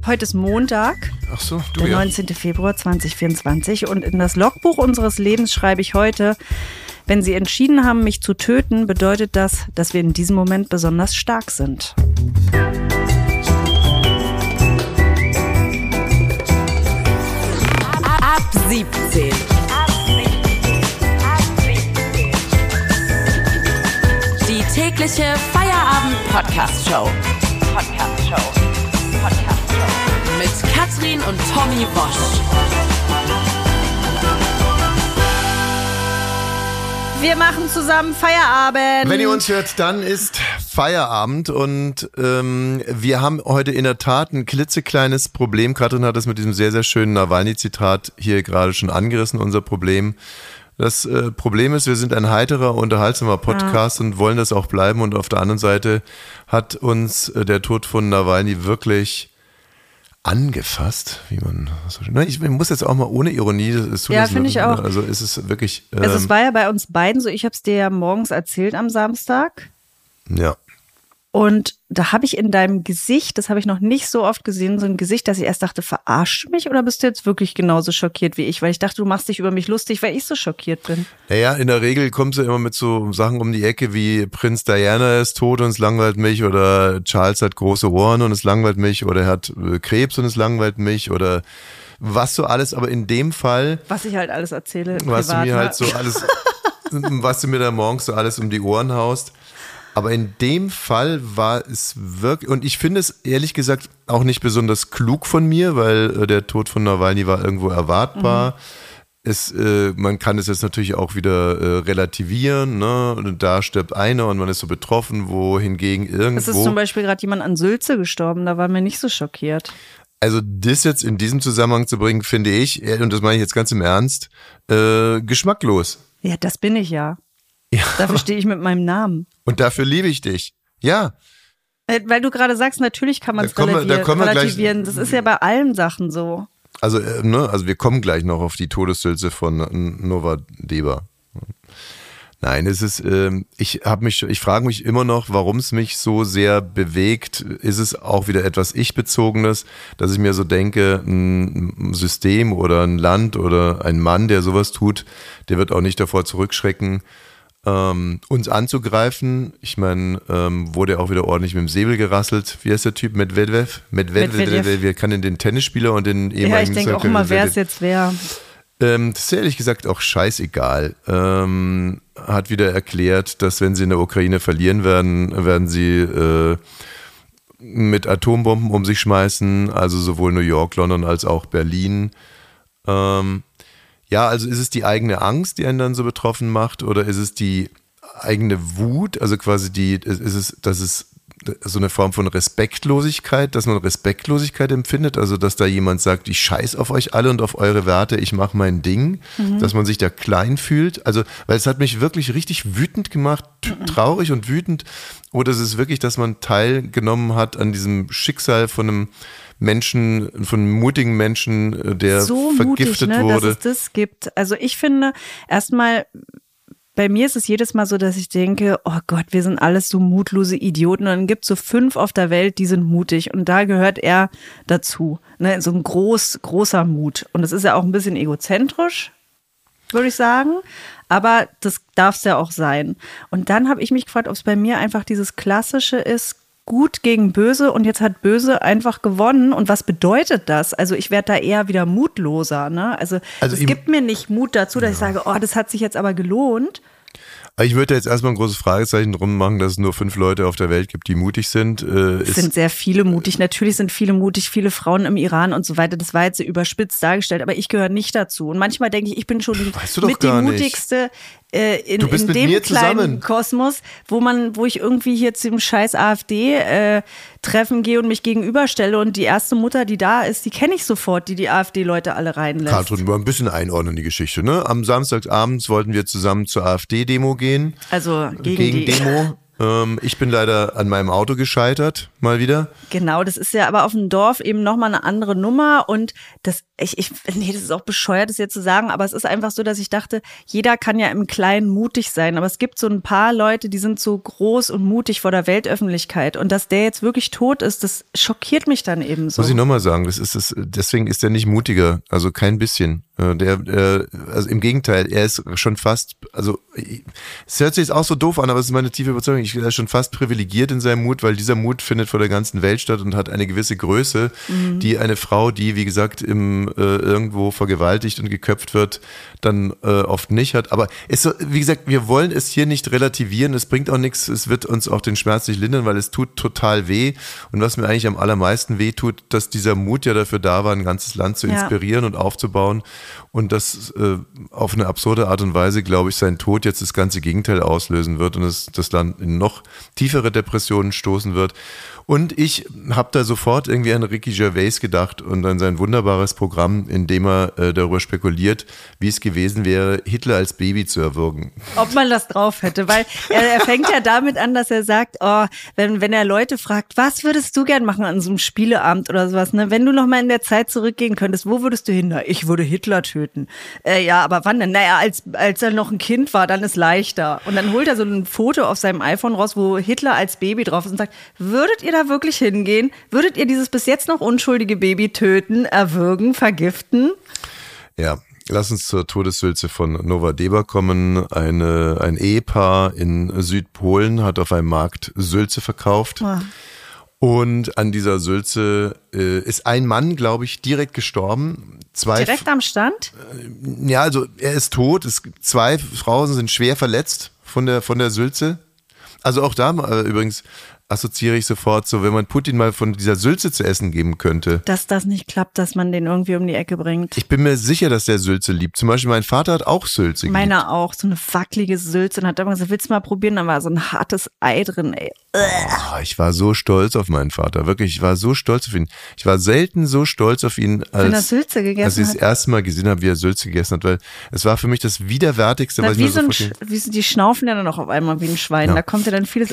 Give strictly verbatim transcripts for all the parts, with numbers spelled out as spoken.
Heute ist Montag, Ach so, du der ja. neunzehnten Februar zweitausendvierundzwanzig und in das Logbuch unseres Lebens schreibe ich heute: Wenn Sie entschieden haben, mich zu töten, bedeutet das, dass wir in diesem Moment besonders stark sind. Ab siebzehn. Die tägliche Feierabend-Podcast-Show. Podcast-Show. Podcast-Show. Mit Katrin und Tommy Bosch. Wir machen zusammen Feierabend. Wenn ihr uns hört, dann ist Feierabend und ähm, wir haben heute in der Tat ein klitzekleines Problem. Katrin hat das mit diesem sehr, sehr schönen Nawalny-Zitat hier gerade schon angerissen, unser Problem. Das äh, Problem ist, wir sind ein heiterer, unterhaltsamer Podcast ja. und wollen das auch bleiben. Und auf der anderen Seite hat uns äh, der Tod von Nawalny wirklich angefasst, wie man so schön. Ich muss jetzt auch mal ohne Ironie. Das ja, finde ich auch. Also ist es wirklich. Ähm, also es war ja bei uns beiden so. Ich habe es dir ja morgens erzählt am Samstag. Ja. Und da habe ich in deinem Gesicht, das habe ich noch nicht so oft gesehen, so ein Gesicht, dass ich erst dachte, verarscht du mich oder bist du jetzt wirklich genauso schockiert wie ich? Weil ich dachte, du machst dich über mich lustig, weil ich so schockiert bin. Naja, in der Regel kommst du immer mit so Sachen um die Ecke wie Prinz Diana ist tot und es langweilt mich oder Charles hat große Ohren und es langweilt mich oder er hat Krebs und es langweilt mich oder was so alles. Aber in dem Fall... Was ich halt alles erzähle Was privat, du mir ne? halt so alles... was du mir da morgens so alles um die Ohren haust. Aber in dem Fall war es wirklich, und ich finde es ehrlich gesagt auch nicht besonders klug von mir, weil äh, der Tod von Nawalny war irgendwo erwartbar. Mhm. Es, äh, man kann es jetzt natürlich auch wieder äh, relativieren, ne? Und da stirbt einer und man ist so betroffen, wohingegen irgendwo... Es ist zum Beispiel gerade jemand an Sülze gestorben, da waren wir nicht so schockiert. Also das jetzt in diesem Zusammenhang zu bringen, finde ich, und das meine ich jetzt ganz im Ernst, äh, geschmacklos. Ja, das bin ich ja. Ja. Dafür stehe ich mit meinem Namen. Und dafür liebe ich dich. Ja. Weil du gerade sagst, natürlich kann man es relativieren. relativieren. Das ist ja bei allen Sachen so. Also, äh, ne, also wir kommen gleich noch auf die Todessülze von Nova Deba. Nein, es ist, äh, ich habe mich, ich frage mich immer noch, warum es mich so sehr bewegt. Ist es auch wieder etwas Ich-Bezogenes, dass ich mir so denke, ein System oder ein Land oder ein Mann, der sowas tut, der wird auch nicht davor zurückschrecken, Ähm, uns anzugreifen. Ich meine, ähm, wurde auch wieder ordentlich mit dem Säbel gerasselt. Wie heißt der Typ? Medvedev? Medvedev, Medvedev. Wir kennen den Tennisspieler und den ehemaligen... Ja, ich denke auch immer, wer es jetzt wäre. Ähm, das ist ehrlich gesagt auch scheißegal. Ähm, hat wieder erklärt, dass wenn sie in der Ukraine verlieren werden, werden sie äh, mit Atombomben um sich schmeißen. Also sowohl New York, London als auch Berlin. Ähm, Ja, also ist es die eigene Angst, die einen dann so betroffen macht, oder ist es die eigene Wut, also quasi die, ist es, dass es so eine Form von Respektlosigkeit, dass man Respektlosigkeit empfindet, also dass da jemand sagt, ich scheiß auf euch alle und auf eure Werte, ich mache mein Ding, mhm. dass man sich da klein fühlt, also, weil es hat mich wirklich richtig wütend gemacht, mhm. traurig und wütend, oder ist es wirklich, dass man teilgenommen hat an diesem Schicksal von einem Menschen, von einem mutigen Menschen, der so vergiftet mutig, ne, wurde. Dass es das gibt. Also ich finde, erstmal, bei mir ist es jedes Mal so, dass ich denke, oh Gott, wir sind alles so mutlose Idioten. Und dann gibt es so fünf auf der Welt, die sind mutig. Und da gehört er dazu. Ne, so ein groß, großer Mut. Und das ist ja auch ein bisschen egozentrisch, würde ich sagen. Aber das darf es ja auch sein. Und dann habe ich mich gefragt, ob es bei mir einfach dieses Klassische ist, Gut gegen Böse, und jetzt hat Böse einfach gewonnen. Und was bedeutet das? Also ich werde da eher wieder mutloser. Ne? Also, also es gibt mir nicht Mut dazu, dass ja. ich sage, oh, das hat sich jetzt aber gelohnt. Ich würde jetzt erstmal ein großes Fragezeichen drum machen, dass es nur fünf Leute auf der Welt gibt, die mutig sind. Äh, es sind sehr viele mutig. Natürlich sind viele mutig, viele Frauen im Iran und so weiter. Das war jetzt so überspitzt dargestellt, aber ich gehöre nicht dazu. Und manchmal denke ich, ich bin schon die, weißt du doch mit die gar mutigste äh, in, du bist in mit dem mir kleinen zusammen. Kosmos, wo man, wo ich irgendwie hier zu dem scheiß AfD-Treffen äh, gehe und mich gegenüberstelle. Und die erste Mutter, die da ist, die kenne ich sofort, die die AfD-Leute alle reinlässt. Katrin, wir ein bisschen einordnen die Geschichte. Ne? Am Samstagabend wollten wir zusammen zur AfD-Demo gehen. Also gegen, gegen die. Demo. Ähm, ich bin leider an meinem Auto gescheitert, mal wieder. Genau, das ist ja aber auf dem Dorf eben nochmal eine andere Nummer und das, ich, ich, nee, das ist auch bescheuert, das jetzt zu sagen, aber es ist einfach so, dass ich dachte, jeder kann ja im Kleinen mutig sein, aber es gibt so ein paar Leute, die sind so groß und mutig vor der Weltöffentlichkeit und dass der jetzt wirklich tot ist, das schockiert mich dann eben so. Muss ich nochmal sagen, das ist das, deswegen ist er nicht mutiger, also kein bisschen. Der, der, also im Gegenteil, er ist schon fast, also es hört sich jetzt auch so doof an, aber es ist meine tiefe Überzeugung, er ist schon fast privilegiert in seinem Mut, weil dieser Mut findet vor der ganzen Welt statt und hat eine gewisse Größe, mhm. die eine Frau, die wie gesagt im, äh, irgendwo vergewaltigt und geköpft wird, dann äh, oft nicht hat. Aber es, wie gesagt, wir wollen es hier nicht relativieren, es bringt auch nichts, es wird uns auch den Schmerz nicht lindern, weil es tut total weh und was mir eigentlich am allermeisten weh tut, dass dieser Mut ja dafür da war, ein ganzes Land zu inspirieren ja. und aufzubauen. Und das äh, auf eine absurde Art und Weise, glaube ich, sein Tod jetzt das ganze Gegenteil auslösen wird und es das Land in noch tiefere Depressionen stoßen wird. Und ich habe da sofort irgendwie an Ricky Gervais gedacht und an sein wunderbares Programm, in dem er äh, darüber spekuliert, wie es gewesen wäre, Hitler als Baby zu erwürgen. Ob man das drauf hätte, weil er, er fängt ja damit an, dass er sagt, oh, wenn, wenn er Leute fragt, was würdest du gern machen an so einem Spieleabend oder sowas, ne? Wenn du noch mal in der Zeit zurückgehen könntest, wo würdest du hin? Na, ich würde Hitler töten. Äh, ja, aber wann denn? Naja, als, als er noch ein Kind war, dann ist leichter. Und dann holt er so ein Foto auf seinem iPhone raus, wo Hitler als Baby drauf ist und sagt, würdet ihr da wirklich hingehen? Würdet ihr dieses bis jetzt noch unschuldige Baby töten, erwürgen, vergiften? Ja, lass uns zur Todessülze von Nova Deba kommen. Eine, ein Ehepaar in Südpolen hat auf einem Markt Sülze verkauft. Oh. Und an dieser Sülze äh, ist ein Mann, glaube ich, direkt gestorben. Zwei direkt am Stand? Äh, ja, also er ist tot. Es, zwei Frauen sind schwer verletzt von der, von der Sülze. Also auch da äh, übrigens assoziiere ich sofort so, wenn man Putin mal von dieser Sülze zu essen geben könnte. Dass das nicht klappt, dass man den irgendwie um die Ecke bringt. Ich bin mir sicher, dass der Sülze liebt. Zum Beispiel mein Vater hat auch Sülze geliebt. Meiner auch, so eine wackelige Sülze. Und hat immer gesagt, willst du mal probieren? Da war so ein hartes Ei drin, ey. Oh, ich war so stolz auf meinen Vater, wirklich. Ich war so stolz auf ihn. Ich war selten so stolz auf ihn, als, wenn er Sülze gegessen als ich das hat. erste Mal gesehen habe, wie er Sülze gegessen hat, weil es war für mich das Widerwärtigste, Na, was wie ich mir so so ein, wie so, die schnaufen ja dann auch auf einmal wie ein Schwein. Ja. Da kommt ja dann vieles.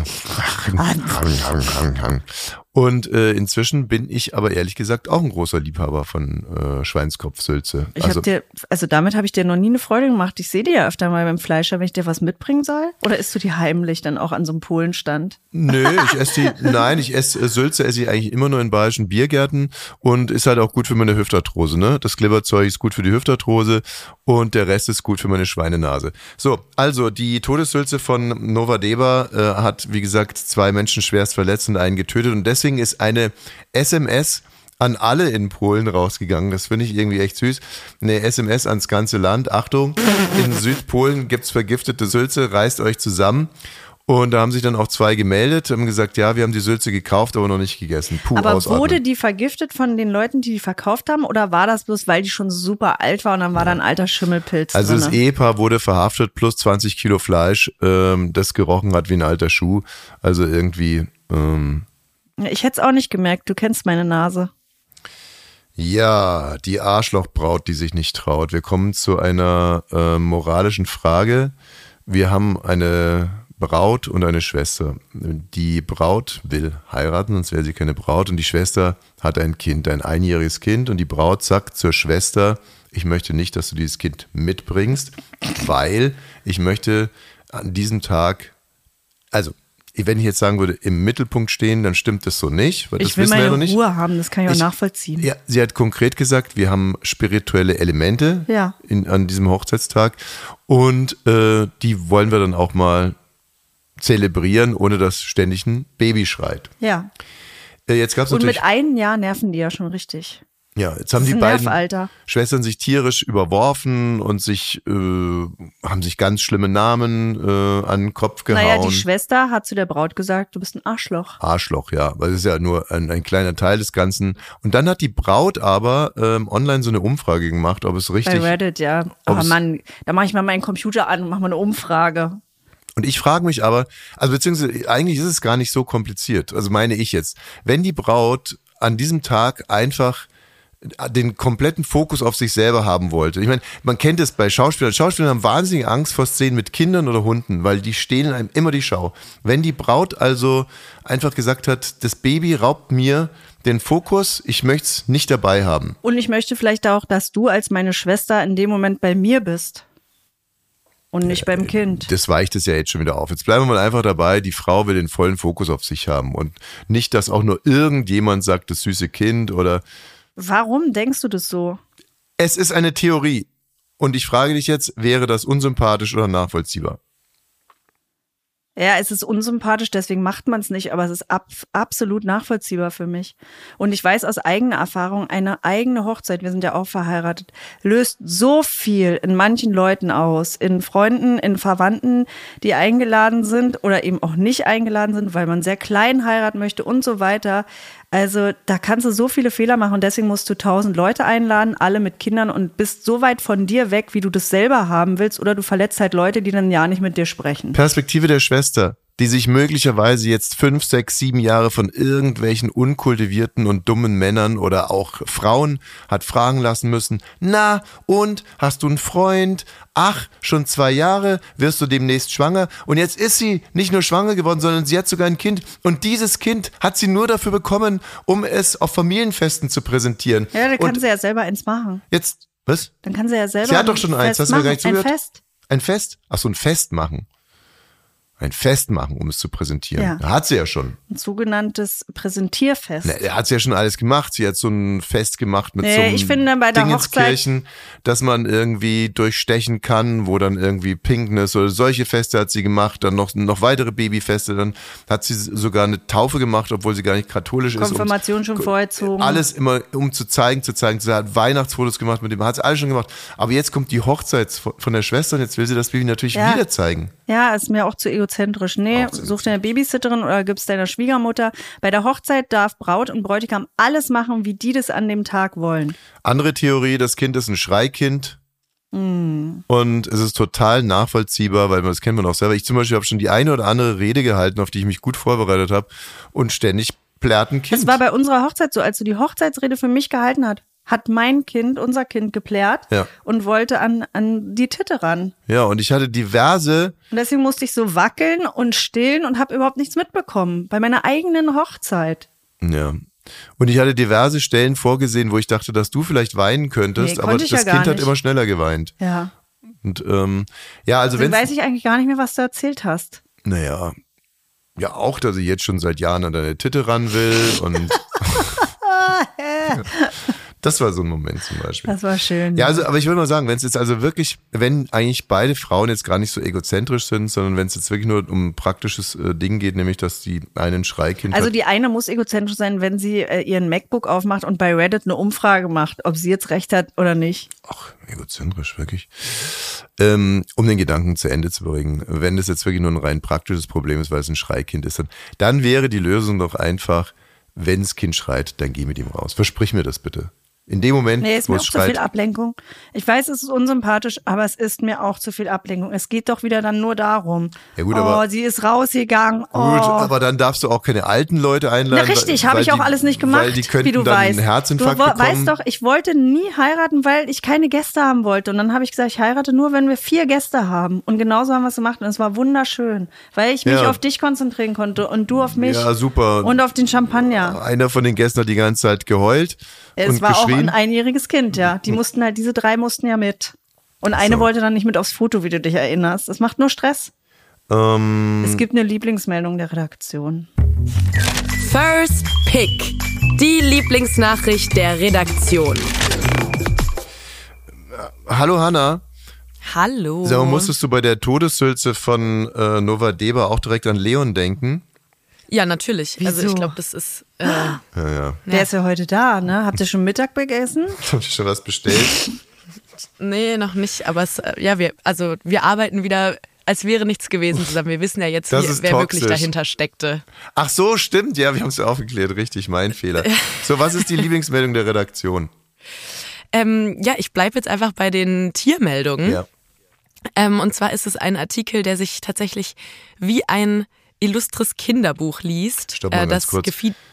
Und äh, inzwischen bin ich aber ehrlich gesagt auch ein großer Liebhaber von äh, Schweinskopfsülze. Ich also, hab dir, also damit habe ich dir noch nie eine Freude gemacht. Ich sehe dir ja öfter mal beim Fleischer, wenn ich dir was mitbringen soll. Oder isst du die heimlich dann auch an so einem Polenstand? Nö, ich esse die, nein, ich esse äh, Sülze esse ich eigentlich immer nur in bayerischen Biergärten und ist halt auch gut für meine Hüftarthrose, ne? Das Glibberzeug ist gut für die Hüftarthrose und der Rest ist gut für meine Schweinenase. So, also die Todessülze von Nova Deba äh, hat, wie gesagt, zwei Menschen schwerst verletzt und einen getötet und deswegen ist eine S M S an alle in Polen rausgegangen. Das finde ich irgendwie echt süß. Eine S M S ans ganze Land. Achtung, in Südpolen gibt's vergiftete Sülze, reißt euch zusammen. Und da haben sich dann auch zwei gemeldet, haben gesagt, ja, wir haben die Sülze gekauft, aber noch nicht gegessen. Puh, aber ausatmen. Wurde die vergiftet von den Leuten, die die verkauft haben, oder war das bloß, weil die schon super alt war und dann war da ein alter Schimmelpilz Also drin? Das Ehepaar wurde verhaftet, plus zwanzig Kilo Fleisch, ähm, das gerochen hat wie ein alter Schuh. Also irgendwie... Ähm, Ich hätte es auch nicht gemerkt, du kennst meine Nase. Ja, die Arschlochbraut, die sich nicht traut. Wir kommen zu einer äh, moralischen Frage. Wir haben eine Braut und eine Schwester. Die Braut will heiraten, sonst wäre sie keine Braut. Und die Schwester hat ein Kind, ein einjähriges Kind. Und die Braut sagt zur Schwester, ich möchte nicht, dass du dieses Kind mitbringst, weil ich möchte an diesem Tag, also wenn ich jetzt sagen würde, im Mittelpunkt stehen, dann stimmt das so nicht. Weil das ich will wissen wir meine ja noch nicht. Ruhe haben, das kann ich auch ich, nachvollziehen. Ja, sie hat konkret gesagt, wir haben spirituelle Elemente ja. in, an diesem Hochzeitstag und äh, die wollen wir dann auch mal zelebrieren, ohne dass ständig ein Baby schreit. Ja. Äh, jetzt gab's und natürlich, mit einem Jahr nerven die ja schon richtig. Ja, jetzt haben die beiden Schwestern sich tierisch überworfen und sich äh, haben sich ganz schlimme Namen äh, an den Kopf gehauen. Naja, die Schwester hat zu der Braut gesagt, du bist ein Arschloch. Arschloch, ja, weil das ist ja nur ein, ein kleiner Teil des Ganzen. Und dann hat die Braut aber ähm, online so eine Umfrage gemacht, ob es richtig... Bei Reddit, ja. Aber Mann, da mache ich mal meinen Computer an und mache mal eine Umfrage. Und ich frage mich aber, also beziehungsweise eigentlich ist es gar nicht so kompliziert, also meine ich jetzt, wenn die Braut an diesem Tag einfach den kompletten Fokus auf sich selber haben wollte. Ich meine, man kennt es bei Schauspielern. Schauspieler haben wahnsinnige Angst vor Szenen mit Kindern oder Hunden, weil die stehlen einem immer die Schau. Wenn die Braut also einfach gesagt hat, das Baby raubt mir den Fokus, ich möchte es nicht dabei haben. Und ich möchte vielleicht auch, dass du als meine Schwester in dem Moment bei mir bist. Und nicht beim Kind. Das weicht es ja jetzt schon wieder auf. Jetzt bleiben wir mal einfach dabei, die Frau will den vollen Fokus auf sich haben und nicht, dass auch nur irgendjemand sagt, das süße Kind oder... Warum denkst du das so? Es ist eine Theorie und ich frage dich jetzt, wäre das unsympathisch oder nachvollziehbar? Ja, es ist unsympathisch, deswegen macht man es nicht, aber es ist ab, absolut nachvollziehbar für mich. Und ich weiß aus eigener Erfahrung, eine eigene Hochzeit, wir sind ja auch verheiratet, löst so viel in manchen Leuten aus, in Freunden, in Verwandten, die eingeladen sind oder eben auch nicht eingeladen sind, weil man sehr klein heiraten möchte und so weiter. Also da kannst du so viele Fehler machen und deswegen musst du tausend Leute einladen, alle mit Kindern und bist so weit von dir weg, wie du das selber haben willst oder du verletzt halt Leute, die dann ja nicht mit dir sprechen. Perspektive der Schwester, die sich möglicherweise jetzt fünf, sechs, sieben Jahre von irgendwelchen unkultivierten und dummen Männern oder auch Frauen hat fragen lassen müssen, na und, hast du einen Freund? Ach, schon zwei Jahre, wirst du demnächst schwanger? Und jetzt ist sie nicht nur schwanger geworden, sondern sie hat sogar ein Kind. Und dieses Kind hat sie nur dafür bekommen, um es auf Familienfesten zu präsentieren. Ja, dann kann und sie ja selber eins machen. Jetzt, was? Dann kann sie ja selber Sie hat doch schon eins, hast du mir gar nicht zugehört? Ein Fest. Ein Fest? Ach so, ein Fest machen. Ein Fest machen, um es zu präsentieren. Ja. Da hat sie ja schon. Ein sogenanntes Präsentierfest. Na, er hat ja schon alles gemacht. Sie hat so ein Fest gemacht mit nee, so einem ich finde bei der Dingenskirchen, dass man irgendwie durchstechen kann, wo dann irgendwie Pinkness oder solche Feste hat sie gemacht, dann noch, noch weitere Babyfeste, dann hat sie sogar eine Taufe gemacht, obwohl sie gar nicht katholisch ist. Konfirmation um, schon vorgezogen. Alles immer, um zu zeigen, zu zeigen. Sie hat Weihnachtsfotos gemacht mit dem, hat sie alles schon gemacht. Aber jetzt kommt die Hochzeit von der Schwester und jetzt will sie das Baby natürlich ja. wieder zeigen. Ja, ist mir auch zu egozentrisch. Nee, such dir eine Babysitterin oder gib's deiner Schwiegermutter. Bei der Hochzeit darf Braut und Bräutigam alles machen, wie die das an dem Tag wollen. Andere Theorie, das Kind ist ein Schreikind. Mm. Und es ist total nachvollziehbar, weil das kennt man auch selber. Ich zum Beispiel habe schon die eine oder andere Rede gehalten, auf die ich mich gut vorbereitet habe und ständig plärrt ein Kind. Das war bei unserer Hochzeit so, als du die Hochzeitsrede für mich gehalten hast. Hat mein Kind, unser Kind geplärt ja. und wollte an, an die Titte ran. Ja, und ich hatte diverse... Und deswegen musste ich so wackeln und stillen und habe überhaupt nichts mitbekommen. Bei meiner eigenen Hochzeit. Ja. Und ich hatte diverse Stellen vorgesehen, wo ich dachte, dass du vielleicht weinen könntest, nee, aber das ja Kind nicht. hat immer schneller geweint. Ja. Und ähm, ja, also wenn... Dann weiß ich eigentlich gar nicht mehr, was du erzählt hast. Naja, ja auch, dass ich jetzt schon seit Jahren an deine Titte ran will und... Das war so ein Moment zum Beispiel. Das war schön. Ja, also, aber ich würde mal sagen, wenn es jetzt also wirklich, wenn eigentlich beide Frauen jetzt gar nicht so egozentrisch sind, sondern wenn es jetzt wirklich nur um ein praktisches äh, Ding geht, nämlich, dass die einen Schreikind Also hat. die eine muss egozentrisch sein, wenn sie äh, ihren MacBook aufmacht und bei Reddit eine Umfrage macht, ob sie jetzt recht hat oder nicht. Ach, egozentrisch, wirklich. Ähm, um den Gedanken zu Ende zu bringen, wenn das jetzt wirklich nur ein rein praktisches Problem ist, weil es ein Schreikind ist, dann, dann wäre die Lösung doch einfach, wenn das Kind schreit, dann geh mit ihm raus. Versprich mir das bitte. In dem Moment, nee, ist wo mir es auch schreit. Zu viel Ablenkung. Ich weiß, es ist unsympathisch, aber es ist mir auch zu viel Ablenkung. Es geht doch wieder dann nur darum. Ja gut, oh, aber, sie ist rausgegangen. Oh. Gut, aber dann darfst du auch keine alten Leute einladen. Na richtig, habe ich auch die, alles nicht gemacht, weil die könnten wie du dann weißt. einen Herzinfarkt du bekommen. weißt doch, ich wollte nie heiraten, weil ich keine Gäste haben wollte. Und dann habe ich gesagt, ich heirate nur, wenn wir vier Gäste haben. Und genauso haben wir es gemacht. Und es war wunderschön, weil ich mich ja. auf dich konzentrieren konnte und du auf mich. Ja, super. Und auf den Champagner. Einer von den Gästen hat die ganze Zeit geheult. Es und war geschrien. auch ein einjähriges Kind, ja. Die mussten halt, diese drei mussten ja mit. Und eine so. wollte dann nicht mit aufs Foto, wie du dich erinnerst. Das macht nur Stress. Ähm. Es gibt eine Lieblingsmeldung der Redaktion. First Pick. Die Lieblingsnachricht der Redaktion. Hallo Hanna. Hallo. Sag mal, musstest du bei der Todessülze von äh, Nova Deba auch direkt an Leon denken? Ja, natürlich. Wieso? Also ich glaube, das ist... Äh, ja, ja. Der ja. ist ja heute da, ne? Habt ihr schon Mittag gegessen? Habt ihr schon was bestellt? Nee, noch nicht. Aber es, ja, wir, also wir arbeiten wieder, als wäre nichts gewesen zusammen. Wir wissen ja jetzt, wie, wer toxisch. wirklich dahinter steckte. Ach so, stimmt. Ja, wir haben es ja aufgeklärt. Richtig, mein Fehler. So, was ist die Lieblingsmeldung der Redaktion? Ähm, ja, ich bleibe jetzt einfach bei den Tiermeldungen. Ja. Ähm, und zwar ist es ein Artikel, der sich tatsächlich wie ein illustres Kinderbuch liest. Stopp mal äh, ganz das kurz. Gefied-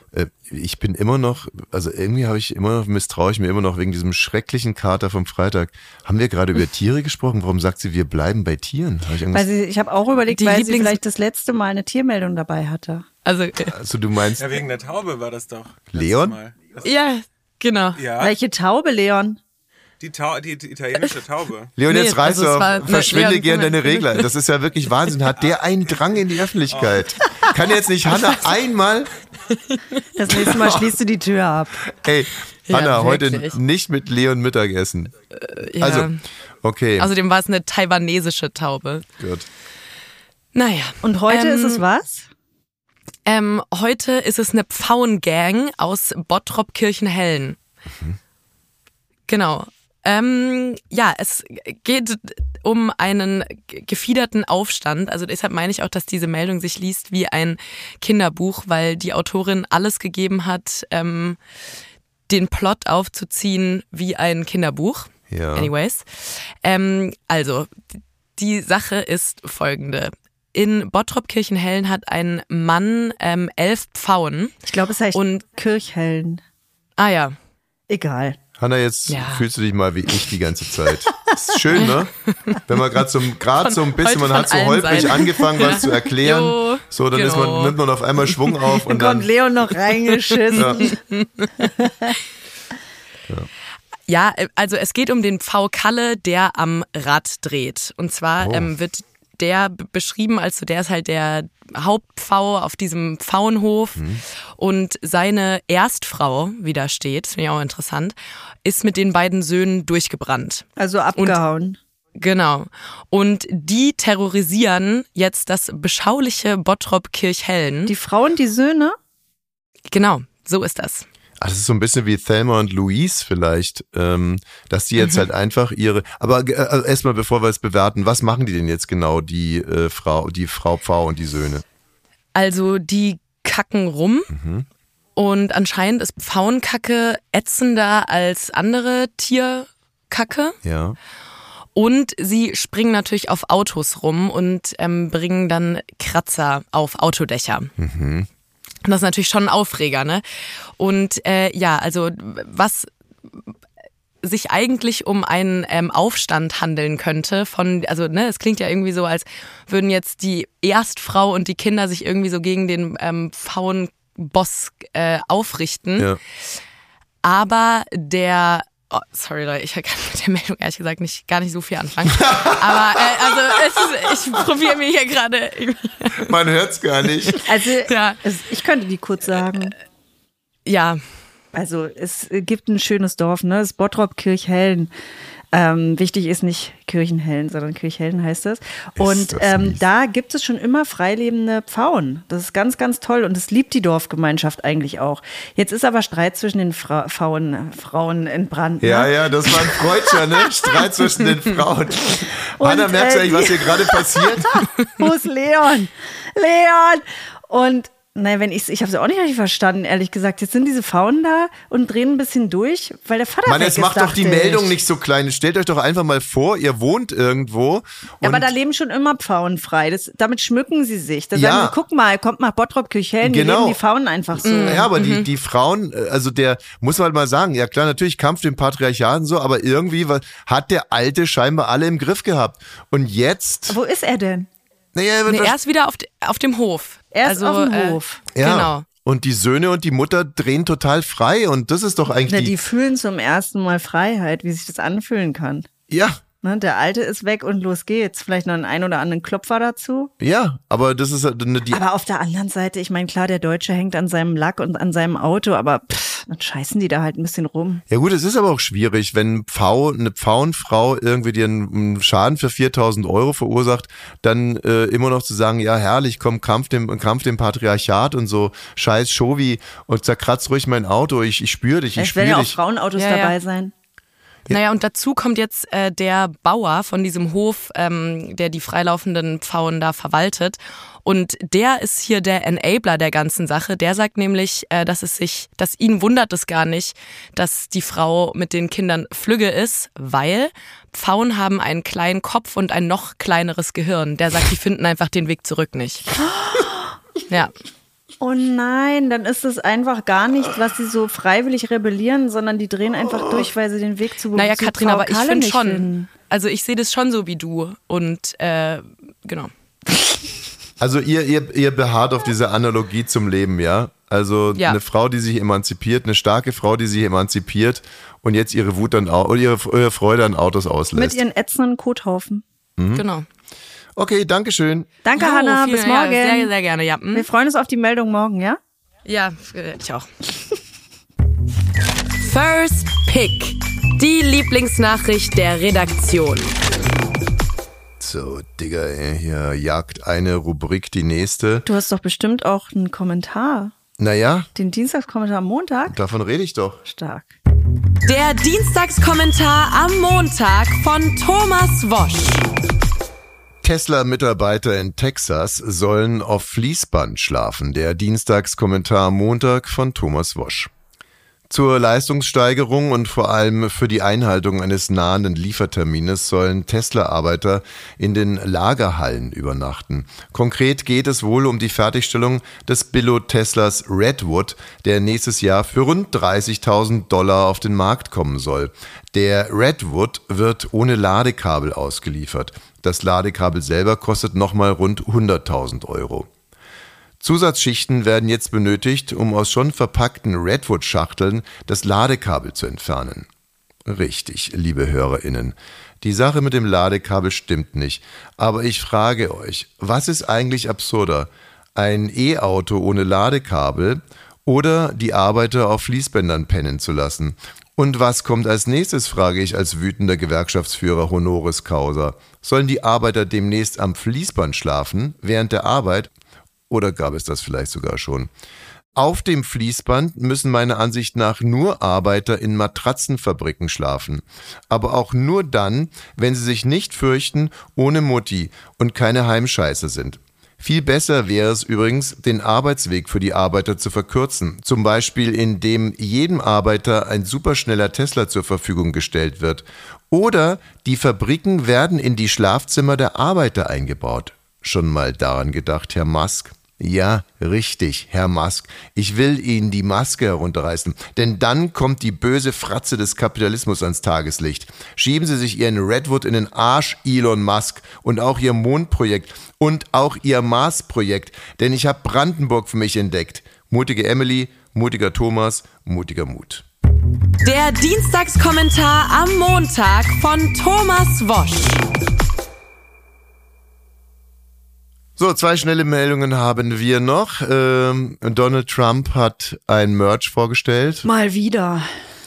Äh, ich bin immer noch, also irgendwie habe ich immer noch, misstraue ich mir immer noch wegen diesem schrecklichen Kater vom Freitag. Haben wir gerade über Tiere gesprochen? Warum sagt sie, wir bleiben bei Tieren? Hab ich weil sie, ich habe auch überlegt, Die weil Lieblings- sie vielleicht das letzte Mal eine Tiermeldung dabei hatte. Also, äh, also du meinst Ja, wegen der Taube war das doch. letztes Leon? Mal. Das, ja, genau. ja, Welche Taube, Leon? die, Tau die, die italienische Taube. Leon, Nee, jetzt reiß also es doch, war- ne, verschwinde Leon, gerne deine Moment. Regler. Das ist ja wirklich Wahnsinn. Hat der einen Drang in die Öffentlichkeit? Kann jetzt nicht Hanna einmal, Das nächste Mal schließt du die Tür ab. ey, Ja, Hanna, heute wirklich. nicht mit Leon Mittagessen. Ja. Also, okay, Außerdem war es eine taiwanesische Taube. gut. Naja. Und heute Ähm, ist es was? Ähm, heute ist es eine Pfauengang aus Bottrop-Kirchenhellen. Genau. Ähm, ja, es geht um einen g- gefiederten Aufstand. Also deshalb meine ich auch, dass diese Meldung sich liest wie ein Kinderbuch, weil die Autorin alles gegeben hat, ähm, den Plot aufzuziehen wie ein Kinderbuch. Ja. Anyways. Ähm, also, die Sache ist folgende. In Bottrop-Kirchenhellen hat ein Mann ähm, elf Pfauen. Ich glaube, es heißt Und- Kirchhellen. Ah ja, Egal. Hanna, jetzt Ja. fühlst du dich mal wie ich die ganze Zeit. Ist schön, ne? Wenn man gerade so, grad so ein bisschen, heute man hat so von allen holprig Seiten. angefangen, was zu erklären. Jo, so, dann ist genau. man, nimmt man auf einmal Schwung auf und Kommt dann. Leon noch reingeschissen. Ja, äh, also es geht um den Pfau Kalle, der am Rad dreht. Und zwar Oh. ähm, wird der b- beschrieben, also der ist halt der Hauptpfau auf diesem Pfauenhof und seine Erstfrau, wie da steht, das finde ich auch interessant, ist mit den beiden Söhnen durchgebrannt. Also abgehauen. Genau. Und die terrorisieren jetzt das beschauliche Bottrop-Kirchhellen. Die Frauen, die Söhne? Genau, so ist das. Ach, das ist so ein bisschen wie Thelma und Louise vielleicht, ähm, dass die jetzt Mhm. halt einfach ihre. Aber äh, erstmal, bevor wir es bewerten, was machen die denn jetzt genau, die äh, Frau, die Frau Pfau und die Söhne? Also die kacken rum und anscheinend ist Pfauenkacke ätzender als andere Tierkacke. Ja. Und sie springen natürlich auf Autos rum und ähm, bringen dann Kratzer auf Autodächer. Mhm. Und das ist natürlich schon ein Aufreger, ne? Und äh, ja, also was sich eigentlich um einen ähm, Aufstand handeln könnte von, also ne, es klingt ja irgendwie so, als würden jetzt die Erstfrau und die Kinder sich irgendwie so gegen den ähm, Pfauenboss äh, aufrichten. Ja. Aber der, oh, sorry Leute, ich kann mit der Meldung ehrlich gesagt nicht, gar nicht so viel anfangen. Aber äh, also es ist, ich probiere mir hier gerade irgendwie, Man hört's gar nicht. Also, Ja. es, ich könnte die kurz sagen. ja, Also, es gibt ein schönes Dorf, ne? Das ist Bottrop-Kirchhellen. Ähm, wichtig ist nicht Kirchenhellen, sondern Kirchhellen heißt das. Und das ähm, mies. da gibt es schon immer freilebende Pfauen. Das ist ganz, ganz toll und das liebt die Dorfgemeinschaft eigentlich auch. Jetzt ist aber Streit zwischen den Fra Pfauen, Frauen entbrannt. Ja, ne? ja, das war ein Freudscher, ne? Streit zwischen den Frauen. Und, Hanna, merkst du äh, eigentlich, was die- hier gerade passiert? Wo ist Leon? Leon! Und nein, wenn ich's, ich habe es auch nicht richtig verstanden, ehrlich gesagt. Jetzt sind diese Pfauen da und drehen ein bisschen durch, weil der Vater Mann, weg jetzt ist, macht doch die dachte Meldung ich. nicht so klein. Stellt euch doch einfach mal vor, ihr wohnt irgendwo. Und Ja, aber da leben schon immer Pfauen frei. Das, damit schmücken sie sich. Da Ja. sagen sie, guck mal, kommt nach Bottrop-Kirchhellen, hier Genau. leben die Pfauen einfach so. Ja, aber die, die Frauen, äh, also der, muss man halt mal sagen, ja klar, natürlich Kampf dem Patriarchat und so, aber irgendwie wa- hat der Alte scheinbar alle im Griff gehabt. Und jetzt, Wo ist er denn? naja, er wird nee, wahrsch- er ist wieder auf, de- auf dem Hof. Er ist also, auf dem äh, Hof. ja. Genau. Und die Söhne und die Mutter drehen total frei und das ist doch eigentlich Na, die, die fühlen zum ersten Mal Freiheit, wie sich das anfühlen kann. ja, Ne, der Alte ist weg und los geht's. Vielleicht noch einen ein oder anderen Klopfer dazu. ja, aber das ist halt eine, die, Aber auf der anderen Seite, ich meine, klar, der Deutsche hängt an seinem Lack und an seinem Auto, aber pff, dann scheißen die da halt ein bisschen rum. ja gut, es ist aber auch schwierig, wenn Pfau, eine Pfauenfrau irgendwie dir einen, einen Schaden für viertausend Euro verursacht, dann äh, immer noch zu sagen, ja herrlich, komm, Kampf dem, Kampf dem Patriarchat und so, scheiß Shovi und zerkratzt ruhig mein Auto, ich, ich spüre dich, ich Es werden spüre ja auch dich. Frauenautos Ja, ja. dabei sein. Naja, und dazu kommt jetzt äh, der Bauer von diesem Hof, ähm, der die freilaufenden Pfauen da verwaltet. Und der ist hier der Enabler der ganzen Sache. Der sagt nämlich, äh, dass es sich, dass ihn wundert es gar nicht, dass die Frau mit den Kindern flügge ist, weil Pfauen haben einen kleinen Kopf und ein noch kleineres Gehirn. Der sagt, die finden einfach den Weg zurück nicht. Ja. Oh nein, dann ist es einfach gar nicht, was sie so freiwillig rebellieren, sondern die drehen einfach durch, weil sie den Weg zu Naja, zu Katrin, Frau aber ich Kalle finde nicht schon, finden. also ich sehe das schon so wie du und äh, genau. Also ihr, ihr, ihr beharrt auf diese Analogie zum Leben, ja? Also Ja. eine Frau, die sich emanzipiert, eine starke Frau, die sich emanzipiert und jetzt ihre Wut an Au- oder ihre, ihre Freude an Autos Mit auslässt. ihren ätzenden Kothaufen. Genau. Okay, danke schön. Danke, Jo, Hanna, vielen- bis morgen. Ja, sehr, sehr gerne, ja. Hm? Wir freuen uns auf die Meldung morgen, ja? Ja, äh, ich auch. First Pick. Die Lieblingsnachricht der Redaktion. So, Digga, ey, hier jagt eine Rubrik die nächste. Du hast doch bestimmt auch einen Kommentar. Naja, Den Dienstagskommentar am Montag? davon rede ich doch. Stark. Der Dienstagskommentar am Montag von Thomas Wosch. Tesla-Mitarbeiter in Texas sollen auf Fließband schlafen. Der Dienstagskommentar am Montag von Thomas Wosch. Zur Leistungssteigerung und vor allem für die Einhaltung eines nahenden Liefertermines sollen Tesla-Arbeiter in den Lagerhallen übernachten. Konkret geht es wohl um die Fertigstellung des Billo-Teslas Redwood, der nächstes Jahr für rund dreißigtausend Dollar auf den Markt kommen soll. Der Redwood wird ohne Ladekabel ausgeliefert. Das Ladekabel selber kostet nochmal rund hunderttausend Euro. Zusatzschichten werden jetzt benötigt, um aus schon verpackten Redwood-Schachteln das Ladekabel zu entfernen. Richtig, liebe HörerInnen. Die Sache mit dem Ladekabel stimmt nicht. Aber ich frage euch, was ist eigentlich absurder? Ein E-Auto ohne Ladekabel oder die Arbeiter auf Fließbändern pennen zu lassen? Und was kommt als nächstes, frage ich als wütender Gewerkschaftsführer Honoris Causa. Sollen die Arbeiter demnächst am Fließband schlafen, während der Arbeit? Oder gab es das vielleicht sogar schon? Auf dem Fließband müssen meiner Ansicht nach nur Arbeiter in Matratzenfabriken schlafen. Aber auch nur dann, wenn sie sich nicht fürchten, ohne Mutti und keine Heimscheiße sind. Viel besser wäre es übrigens, den Arbeitsweg für die Arbeiter zu verkürzen. Zum Beispiel, indem jedem Arbeiter ein superschneller Tesla zur Verfügung gestellt wird. Oder die Fabriken werden in die Schlafzimmer der Arbeiter eingebaut. Schon mal daran gedacht, Herr Musk? Ja, richtig, Herr Musk. Ich will Ihnen die Maske herunterreißen, denn dann kommt die böse Fratze des Kapitalismus ans Tageslicht. Schieben Sie sich Ihren Redwood in den Arsch, Elon Musk, und auch Ihr Mondprojekt und auch Ihr Mars-Projekt, denn ich habe Brandenburg für mich entdeckt. Mutige Emily, mutiger Thomas, mutiger Mut. Der Dienstagskommentar am Montag von Thomas Wosch. So, zwei schnelle Meldungen haben wir noch. Ähm, Donald Trump hat ein Merch vorgestellt. Mal wieder.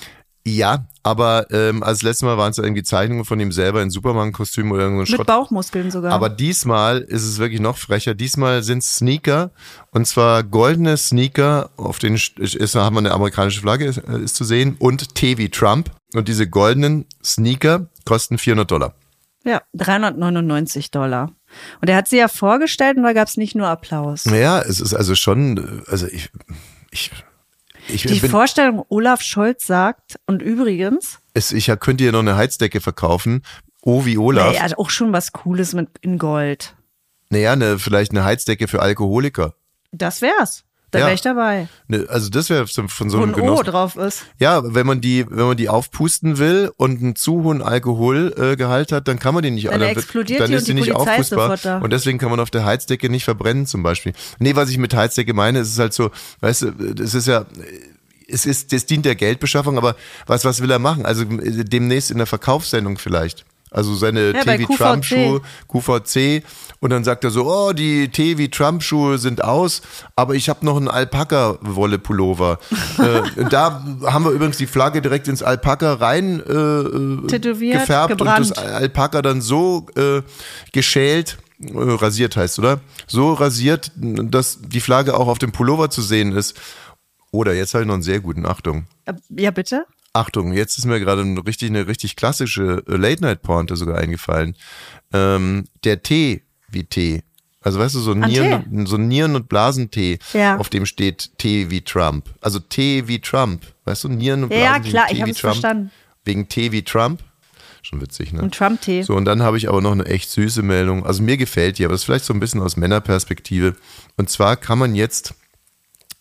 Ja, aber ähm, als letztes Mal waren es ja irgendwie Zeichnungen von ihm selber in Superman-Kostüm oder irgendein Mit Schrott. Bauchmuskeln sogar. Aber diesmal ist es wirklich noch frecher. Diesmal sind es Sneaker, und zwar goldene Sneaker, auf denen ist, haben wir eine amerikanische Flagge, ist, ist zu sehen, und T wie Trump. Und diese goldenen Sneaker kosten vierhundert Dollar. Ja, dreihundertneunundneunzig Dollar. Und er hat sie ja vorgestellt und da gab es nicht nur Applaus. Ja, es ist also schon, also ich, ich, ich Die bin, Vorstellung, Olaf Scholz sagt, und übrigens, es, ich könnte hier noch eine Heizdecke verkaufen. Oh, wie Olaf. er hat auch schon was Cooles mit in Gold. Naja, eine, vielleicht eine Heizdecke für Alkoholiker. Das wär's. Da Ja. wäre ich dabei. Ne, also das wäre von so Wo einem ein O Genossen. drauf ist. Ja, wenn man die, wenn man die aufpusten will und einen zu hohen Alkoholgehalt äh, hat, dann kann man die nicht Dann alle. explodiert dann die ist und die die nicht Polizei ist aufpustbar. sofort da. Und deswegen kann man auf der Heizdecke nicht verbrennen zum Beispiel. Nee, was ich mit Heizdecke meine, ist es halt so, weißt du, es ist ja, es ist, das dient der Geldbeschaffung, aber was, was will er machen? Also demnächst in der Verkaufssendung vielleicht. Also seine Ja, bei T V Q V C. Trump-Schuhe, Q V C, und dann sagt er so, oh, die T V Trump-Schuhe sind aus, aber ich habe noch einen Alpaka-Wolle-Pullover. äh, da haben wir übrigens die Flagge direkt ins Alpaka rein äh, Tätowiert, gefärbt gebrannt. und das Alpaka dann so äh, geschält, äh, rasiert heißt, oder? So rasiert, dass die Flagge auch auf dem Pullover zu sehen ist. Oder jetzt habe ich noch einen sehr guten, Achtung. Ja, bitte? Achtung, jetzt ist mir gerade eine richtig, eine richtig klassische Late-Night-Pointe sogar eingefallen. Ähm, der Tee wie Tee. Also weißt du, so ein Ein Nieren, so ein Nieren- und Blasentee, Ja. auf dem steht Tee wie Trump. Also Tee wie Trump. Weißt du, Nieren- und Ja, ja, Blasentee, klar, Tee ich hab wie es Trump. verstanden. Wegen Tee wie Trump. Schon witzig, ne? Und Trump-Tee. So, und dann habe ich aber noch eine echt süße Meldung. Also mir gefällt die, aber das ist vielleicht so ein bisschen aus Männerperspektive. Und zwar kann man jetzt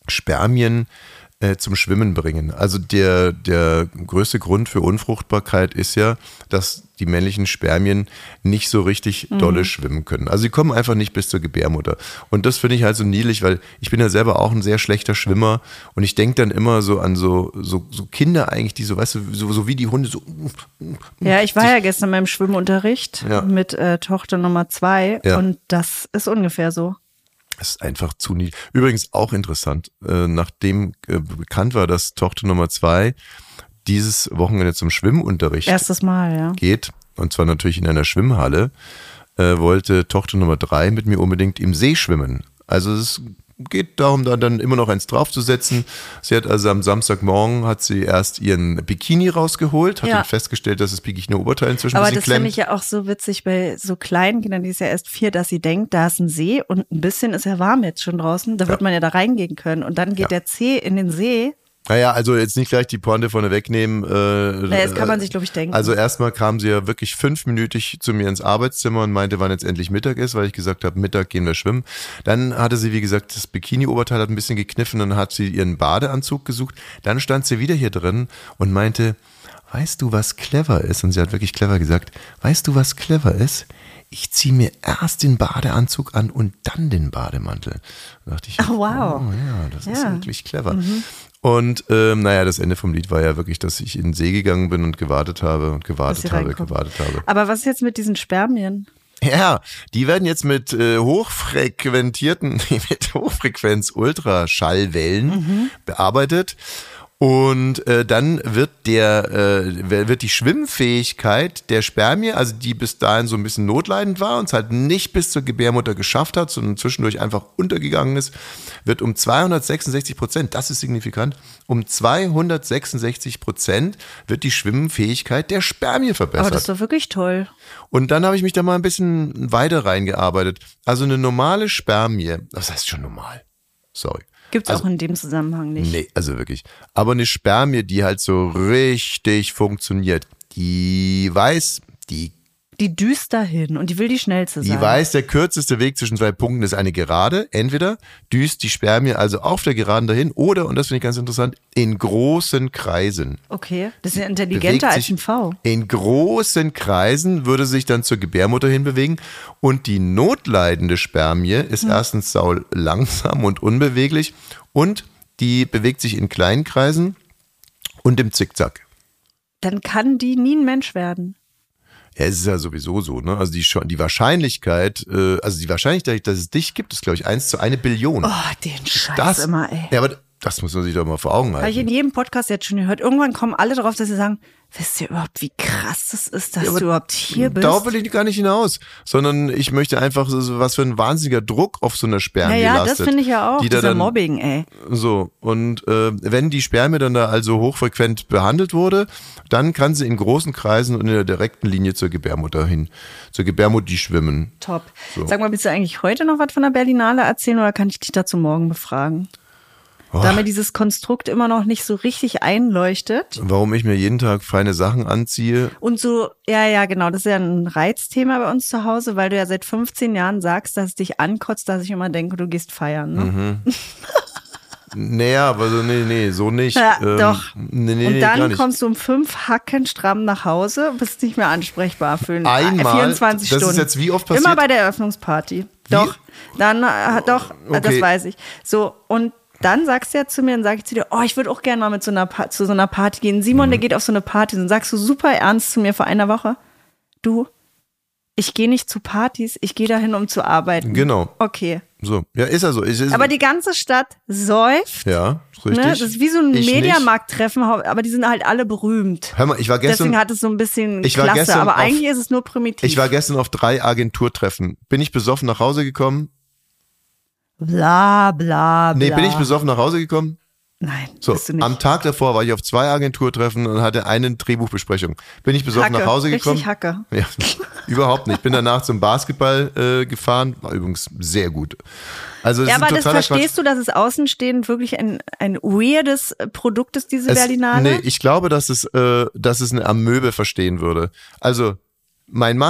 Spermien äh, zum Schwimmen bringen. Also der, der größte Grund für Unfruchtbarkeit ist ja, dass die männlichen Spermien nicht so richtig dolle mhm. schwimmen können. Also sie kommen einfach nicht bis zur Gebärmutter. Und das finde ich halt so niedlich, weil ich bin ja selber auch ein sehr schlechter Schwimmer und ich denke dann immer so an so, so, so Kinder eigentlich, die so, weißt du, so, so wie die Hunde so. Ja, ich war ja gestern beim Schwimmunterricht ja. mit äh, Tochter Nummer zwei ja. und das ist ungefähr so. Das ist einfach zu niedlich. Übrigens auch interessant, äh, nachdem äh, bekannt war, dass Tochter Nummer zwei dieses Wochenende zum Schwimmunterricht Erstes Mal, ja. geht, und zwar natürlich in einer Schwimmhalle, äh, wollte Tochter Nummer drei mit mir unbedingt im See schwimmen. Also es geht darum, da dann immer noch eins draufzusetzen. Sie hat also am Samstagmorgen hat sie erst ihren Bikini rausgeholt, hat ja. dann festgestellt, dass das Bikini-Oberteil inzwischen Aber ein bisschen das klemmt. finde ich ja auch so witzig bei so kleinen Kindern, die ist ja erst vier, dass sie denkt, da ist ein See und ein bisschen ist ja warm jetzt schon draußen, da ja. wird man ja da reingehen können und dann geht ja. der Zeh in den See. Naja, also jetzt nicht gleich die Pointe vorne wegnehmen. Äh, naja, das kann man sich, glaube ich, denken. Also erstmal kam sie ja wirklich fünfminütig zu mir ins Arbeitszimmer und meinte, wann jetzt endlich Mittag ist, weil ich gesagt habe, Mittag gehen wir schwimmen. Dann hatte sie, wie gesagt, das Bikini-Oberteil hat ein bisschen gekniffen und dann hat sie ihren Badeanzug gesucht. Dann stand sie wieder hier drin und meinte, weißt du, was clever ist? Und sie hat wirklich clever gesagt, weißt du, was clever ist? Ich ziehe mir erst den Badeanzug an und dann den Bademantel. Da dachte ich, oh, wow. Oh, ja, das ja. ist wirklich clever. Mhm. Und ähm, naja, das Ende vom Lied war ja wirklich, dass ich in den See gegangen bin und gewartet habe und gewartet habe, reinkommt. gewartet habe. Aber was ist jetzt mit diesen Spermien? Ja, die werden jetzt mit äh, hochfrequentierten, mit Hochfrequenz-Ultraschallwellen mhm. bearbeitet. Und äh, dann wird der äh, wird die Schwimmfähigkeit der Spermie, also die bis dahin so ein bisschen notleidend war und es halt nicht bis zur Gebärmutter geschafft hat, sondern zwischendurch einfach untergegangen ist, wird um zweihundertsechsundsechzig Prozent, das ist signifikant, um zweihundertsechsundsechzig Prozent wird die Schwimmfähigkeit der Spermie verbessert. Aber das ist doch wirklich toll. Und dann habe ich mich da mal ein bisschen weiter reingearbeitet. Also eine normale Spermie, das heißt schon normal, sorry. Gibt es also, auch in dem Zusammenhang nicht. Nee, also wirklich. Aber eine Spermie, die halt so richtig funktioniert, die weiß, die Die düst dahin und die will die schnellste sein. Die weiß, der kürzeste Weg zwischen zwei Punkten ist eine Gerade. Entweder düst die Spermie also auf der Geraden dahin oder, und das finde ich ganz interessant, in großen Kreisen. Okay, das ist ja intelligenter als ein V. In großen Kreisen würde sich dann zur Gebärmutter hinbewegen und die notleidende Spermie ist hm. erstens sau langsam und unbeweglich und die bewegt sich in kleinen Kreisen und im Zickzack. Dann kann die nie ein Mensch werden. Ja, es ist ja sowieso so, ne? Also die, die Wahrscheinlichkeit, äh, also die Wahrscheinlichkeit, dass es dich gibt, ist, glaube ich, eins zu eine Billion. Oh, den Scheiß das, immer, ey. Ja, aber das muss man sich doch mal vor Augen halten. Habe ich in jedem Podcast jetzt schon gehört. Irgendwann kommen alle drauf, dass sie sagen, wisst ihr überhaupt, wie krass das ist, dass ja, du überhaupt hier bist? Darauf will ich gar nicht hinaus, sondern ich möchte einfach, so, was für ein wahnsinniger Druck auf so einer Spermie ja, ja, lastet. das finde ich ja auch, die dieser da dann, Mobbing, ey. So, und äh, wenn die Spermie dann da also hochfrequent behandelt wurde, dann kann sie in großen Kreisen und in der direkten Linie zur Gebärmutter hin, zur Gebärmutter schwimmen. Top. So. Sag mal, willst du eigentlich heute noch was von der Berlinale erzählen oder kann ich dich dazu morgen befragen? Oh. Da mir dieses Konstrukt immer noch nicht so richtig einleuchtet. Warum ich mir jeden Tag feine Sachen anziehe. Und so, ja, ja, genau, das ist ja ein Reizthema bei uns zu Hause, weil du ja seit fünfzehn Jahren sagst, dass es dich ankotzt, dass ich immer denke, du gehst feiern, ne? Mhm. Naja, aber so, nee, nee, so nicht. Ja, ähm, doch. Nee, nee, und nee, dann gar nicht. kommst du um fünf Hacken stramm nach Hause und bist nicht mehr ansprechbar für Einmal, vierundzwanzig Stunden. Das ist jetzt wie oft passiert? Immer bei der Eröffnungsparty. Wie? Doch, dann, äh, doch, okay. Das weiß ich. So, und dann sagst du ja zu mir, dann sag ich zu dir, oh, ich würde auch gerne mal mit so einer pa- zu so einer Party gehen. Simon, mhm. der geht auf so eine Party. Dann sagst du super ernst zu mir vor einer Woche, du, ich gehe nicht zu Partys, ich gehe dahin, um zu arbeiten. Genau. Okay. So, ja, ist ja so. Ist, ist aber die ganze Stadt säuft. Ja, richtig. Ne? Das ist wie so ein ich Mediamarkt-Treffen, aber die sind halt alle berühmt. Hör mal, ich war gestern. Deswegen hat es so ein bisschen ich war Klasse, gestern aber auf, eigentlich ist es nur primitiv. Ich war gestern auf drei Agenturtreffen. Bin ich besoffen nach Hause gekommen? Bla, bla, bla. Nee, bin ich besoffen nach Hause gekommen? Nein, so, bist du nicht. Am Tag davor war ich auf zwei Agenturtreffen und hatte eine Drehbuchbesprechung. Bin ich besoffen Hacke, nach Hause gekommen? Richtig Hacke. Ja, überhaupt nicht. Bin danach zum Basketball äh, gefahren. War übrigens sehr gut. Also, das ja, ist aber ein das totaler verstehst Quatsch. du, dass es außenstehend wirklich ein, ein weirdes Produkt ist, diese es, Berlinale? Nee, ich glaube, dass es, äh, dass es eine Amöbe verstehen würde. Also, mein Mann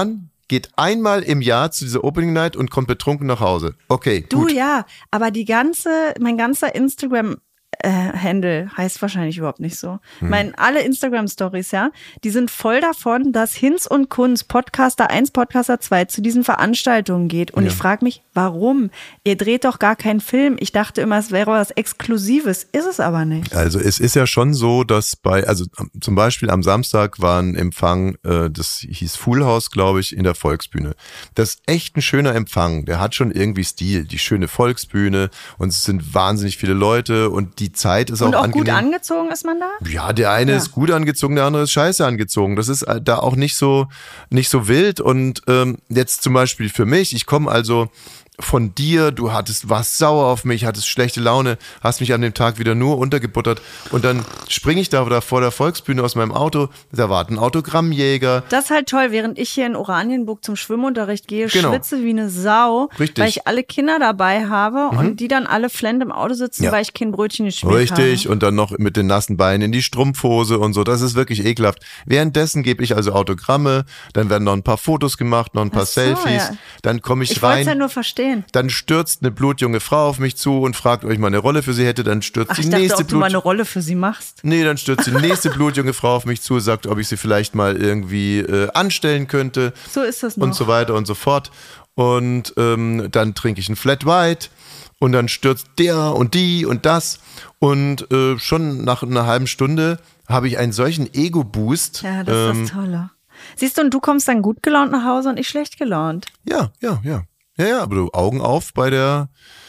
geht einmal im Jahr zu dieser Opening Night und kommt betrunken nach Hause. Okay, Du gut. ja, aber die ganze, mein ganzer Instagram äh, Handle heißt wahrscheinlich überhaupt nicht so. Hm. Mein, alle Instagram-Stories, ja, die sind voll davon, dass Hinz und Kunz, Podcaster eins, Podcaster zwei, zu diesen Veranstaltungen geht. Und Ja. ich frage mich, warum? Ihr dreht doch gar keinen Film. Ich dachte immer, es wäre was Exklusives. Ist es aber nicht. Also es ist ja schon so, dass bei, also zum Beispiel am Samstag war ein Empfang, äh, das hieß Full House, glaube ich, in der Volksbühne. Das ist echt ein schöner Empfang, der hat schon irgendwie Stil, die schöne Volksbühne und es sind wahnsinnig viele Leute und die Zeit ist Und auch auch angenehm. gut angezogen ist man da? Ja, der eine Ja. ist gut angezogen, der andere ist scheiße angezogen. Das ist da auch nicht so nicht so wild. Und ähm, jetzt zum Beispiel für mich, ich komme also von dir, du hattest, warst sauer auf mich, hattest schlechte Laune, hast mich an dem Tag wieder nur untergebuttert und dann springe ich da, da vor der Volksbühne aus meinem Auto, da warten Autogrammjäger. Das ist halt toll, während ich hier in Oranienburg zum Schwimmunterricht gehe, Genau. schwitze wie eine Sau, Richtig. weil ich alle Kinder dabei habe und die dann alle flend im Auto sitzen, Ja. weil ich kein Brötchen geschmiert Richtig, habe. und dann noch mit den nassen Beinen in die Strumpfhose und so, das ist wirklich ekelhaft. Währenddessen gebe ich also Autogramme, dann werden noch ein paar Fotos gemacht, noch ein paar Ach so, Selfies, ja. dann komme ich, Ich wollte es rein. ja nur verstehen. Dann stürzt eine blutjunge Frau auf mich zu und fragt, ob ich mal eine Rolle für sie hätte. Dann stürzt Ach, die ich dachte, nächste ob du mal eine Blut. Rolle für sie machst. Nee, dann stürzt die nächste blutjunge Frau auf mich zu, sagt, ob ich sie vielleicht mal irgendwie äh, anstellen könnte. So ist das noch. Und so weiter und so fort. Und ähm, dann trinke ich ein Flat White und dann stürzt der und die und das. Und äh, schon nach einer halben Stunde habe ich einen solchen Ego-Boost. Ja, das ist ähm, das Tolle. Siehst du, und du kommst dann gut gelaunt nach Hause und ich schlecht gelaunt. Ja, ja, ja. Ja, ja, aber du Augen auf bei der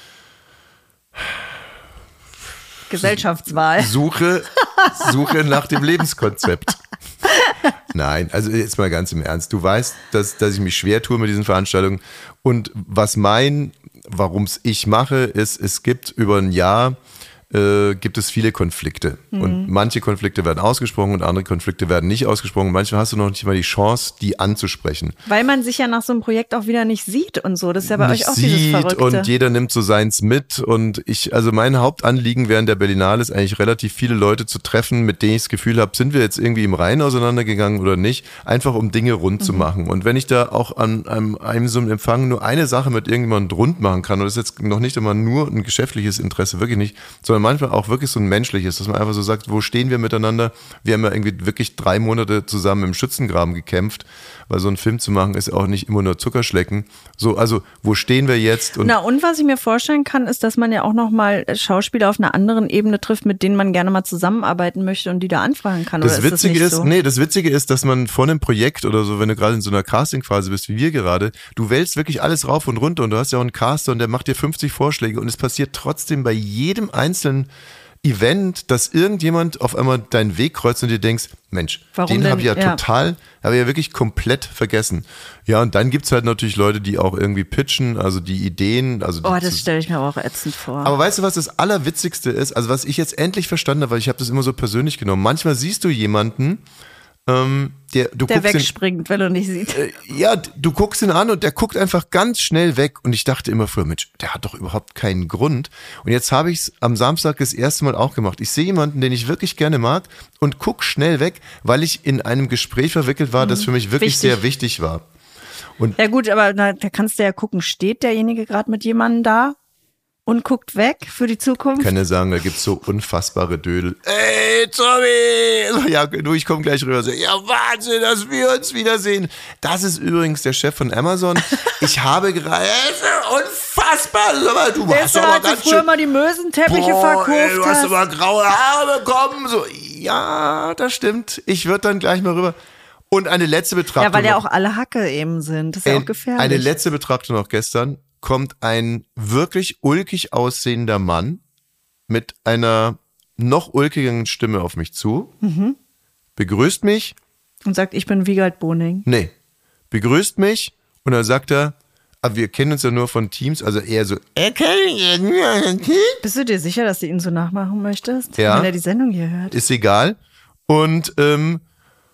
Gesellschaftswahl. Suche, Suche nach dem Lebenskonzept. Nein, also jetzt mal ganz im Ernst. Du weißt, dass, dass ich mich schwer tue mit diesen Veranstaltungen. Und was mein, warum es ich mache, ist, es gibt über ein Jahr äh, gibt es viele Konflikte. Mhm. Und manche Konflikte werden ausgesprochen und andere Konflikte werden nicht ausgesprochen. Manchmal hast du noch nicht mal die Chance, die anzusprechen. Weil man sich ja nach so einem Projekt auch wieder nicht sieht und so. Das ist ja bei nicht euch auch dieses sieht Verrückte. und jeder nimmt so seins mit und ich, also mein Hauptanliegen während der Berlinale ist eigentlich relativ viele Leute zu treffen, mit denen ich das Gefühl habe, sind wir jetzt irgendwie im Reihen auseinandergegangen oder nicht, einfach um Dinge rund mhm. zu machen. Und wenn ich da auch an einem, einem so einem Empfang nur eine Sache mit irgendjemandem rund machen kann, und das ist jetzt noch nicht immer nur ein geschäftliches Interesse, wirklich nicht, sondern manchmal auch wirklich so ein menschliches, dass man einfach so sagt, wo stehen wir miteinander? Wir haben ja irgendwie wirklich drei Monate zusammen im Schützengraben gekämpft, weil so einen Film zu machen ist auch nicht immer nur Zuckerschlecken. So, also wo stehen wir jetzt? Und Na und was ich mir vorstellen kann, ist, dass man ja auch nochmal Schauspieler auf einer anderen Ebene trifft, mit denen man gerne mal zusammenarbeiten möchte und die da anfragen kann. Das oder ist Witzige das nicht ist, so? nee, das Witzige ist, dass man vor einem Projekt oder so, wenn du gerade in so einer Castingphase bist, wie wir gerade, du wählst wirklich alles rauf und runter und du hast ja auch einen Caster und der macht dir fünfzig Vorschläge und es passiert trotzdem bei jedem einzelnen Event, dass irgendjemand auf einmal deinen Weg kreuzt und dir denkst, Mensch, Warum den denn? habe ich ja, Ja. total, habe ich ja wirklich komplett vergessen. Ja, und dann gibt's halt natürlich Leute, die auch irgendwie pitchen, also die Ideen. Also die Oh, das zu- stelle ich mir aber auch ätzend vor. aber weißt du, was das Allerwitzigste ist? Also was ich jetzt endlich verstanden habe, weil ich habe das immer so persönlich genommen. Manchmal siehst du jemanden, ähm, der, du der guckst ihn, wegspringt, wenn du nicht siehst. äh, ja, du guckst ihn an und der guckt einfach ganz schnell weg. Und ich dachte immer früher, Mensch, der hat doch überhaupt keinen Grund. Und jetzt habe ich es am Samstag das erste Mal auch gemacht. Ich sehe jemanden, den ich wirklich gerne mag und guck schnell weg, weil ich in einem Gespräch verwickelt war, das für mich wirklich Wichtig. sehr wichtig war. Ja gut, aber da, da kannst du ja gucken, steht derjenige gerade mit jemandem da und guckt weg für die Zukunft? Kann ja sagen, da gibt's so unfassbare Dödel. Ey, Tommy! Ja, du, ich komme gleich rüber. So, ja, Wahnsinn, dass wir uns wiedersehen. Das ist übrigens der Chef von Amazon. Ich habe gerade, unfassbar. Sag mal, du Der hast ist aber der, als du ganz früher schön, mal die Mösenteppiche boah, verkauft ey, du hast hast. aber graue Haare bekommen. So, ja, das stimmt. Ich würde dann gleich mal rüber. Und eine letzte Betrachtung. Ja, weil ja noch. auch alle Hacke eben sind. Das ist ja auch Ein- gefährlich. Eine letzte Betrachtung noch gestern. Kommt ein wirklich ulkig aussehender Mann mit einer noch ulkigeren Stimme auf mich zu, Mhm. begrüßt mich, Und sagt, ich bin Wiegald Boning. nee, begrüßt mich und dann sagt er, aber wir kennen uns ja nur von Teams, also eher so, er kennt ihn nur von Teams. Bist du dir sicher, dass du ihn so nachmachen möchtest? Ja. Wenn er die Sendung hier hört. Ist egal. Und ähm,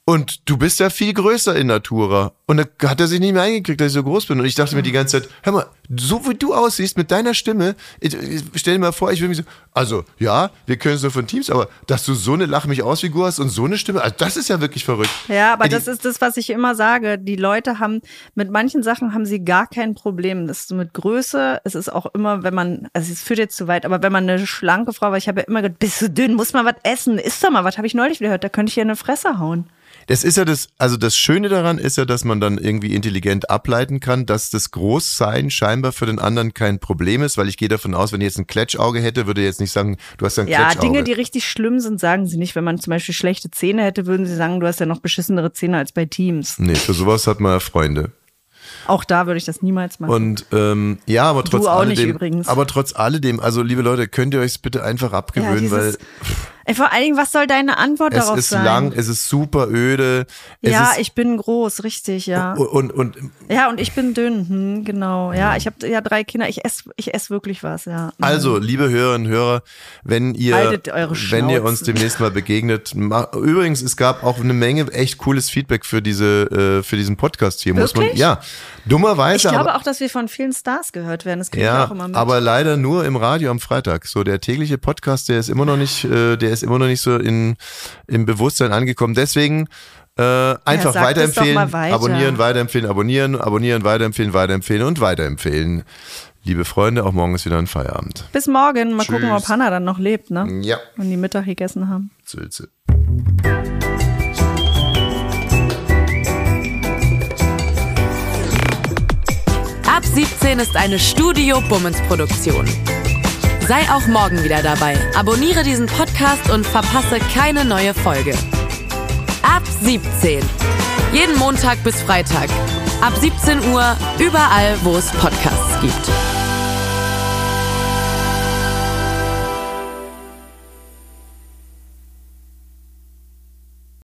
Und du bist ja viel größer in Natura. Und da hat er sich nicht mehr eingekriegt, dass ich so groß bin. Und ich dachte mir die ganze Zeit, hör mal, so wie du aussiehst mit deiner Stimme, ich, ich, stell dir mal vor, ich will mich so, also ja, wir können es nur von Teams, aber dass du so eine Lach mich aus Figur hast und so eine Stimme, also das ist ja wirklich verrückt. Ja, aber Ey, die, das ist das, was ich immer sage. Die Leute haben, mit manchen Sachen haben sie gar kein Problem. Das ist so mit Größe, es ist auch immer, wenn man, also es führt jetzt zu weit, aber wenn man eine schlanke Frau, weil ich habe ja immer gedacht, bist du dünn, muss mal was essen, isst doch mal was, habe ich neulich wieder gehört, da könnte ich ja eine Fresse hauen. Das ist ja das, also das Schöne daran ist ja, dass man dann irgendwie intelligent ableiten kann, dass das Großsein scheinbar für den anderen kein Problem ist, weil ich gehe davon aus, wenn ich jetzt ein Kletschauge hätte, würde ich jetzt nicht sagen, du hast ja ein ja, Kletschauge. Ja, Dinge, die richtig schlimm sind, sagen sie nicht. Wenn man zum Beispiel schlechte Zähne hätte, würden sie sagen, du hast ja noch beschissenere Zähne als bei Teams. Nee, für sowas hat man ja Freunde. Auch da würde ich das niemals machen. Und ähm, ja, aber trotz du auch alledem, nicht übrigens. aber trotz alledem, also liebe Leute, könnt ihr euch bitte einfach abgewöhnen, ja, dieses, weil ey, vor allen Dingen, was soll deine Antwort es darauf ist sein? lang, es ist super öde. Es ja, ist, ich bin groß, richtig, ja. Und, und, und ja, und ich bin dünn, hm, genau. Ja, ich habe ja drei Kinder, ich esse ich ess wirklich was, ja. Also, liebe Hörerinnen und Hörer, wenn ihr, Haltet eure wenn ihr Schnauzen. uns demnächst mal begegnet, mach, übrigens, es gab auch eine Menge echt cooles Feedback für diese, äh, für diesen Podcast hier, muss Wirklich? man, ja, dummerweise. Ich glaube aber, auch, dass wir von vielen Stars gehört werden, das kriege ja, ich auch immer mit. aber leider nur im Radio am Freitag. So, der tägliche Podcast, der ist immer noch nicht, äh, der ist immer noch nicht so in, im Bewusstsein angekommen. Deswegen, Äh, einfach ja, weiterempfehlen, weiter. abonnieren, weiterempfehlen, abonnieren, abonnieren, weiterempfehlen, weiterempfehlen und weiterempfehlen. Liebe Freunde, auch morgen ist wieder ein Feierabend. Bis morgen. Mal Tschüss. gucken, ob Hannah dann noch lebt, ne? Ja. Wenn die Mittag gegessen haben. Sülze. Ab siebzehn ist eine Studio Bummens Produktion. Sei auch morgen wieder dabei. Abonniere diesen Podcast und verpasse keine neue Folge. Ab siebzehn. Jeden Montag bis Freitag. Ab siebzehn Uhr überall, wo es Podcasts gibt.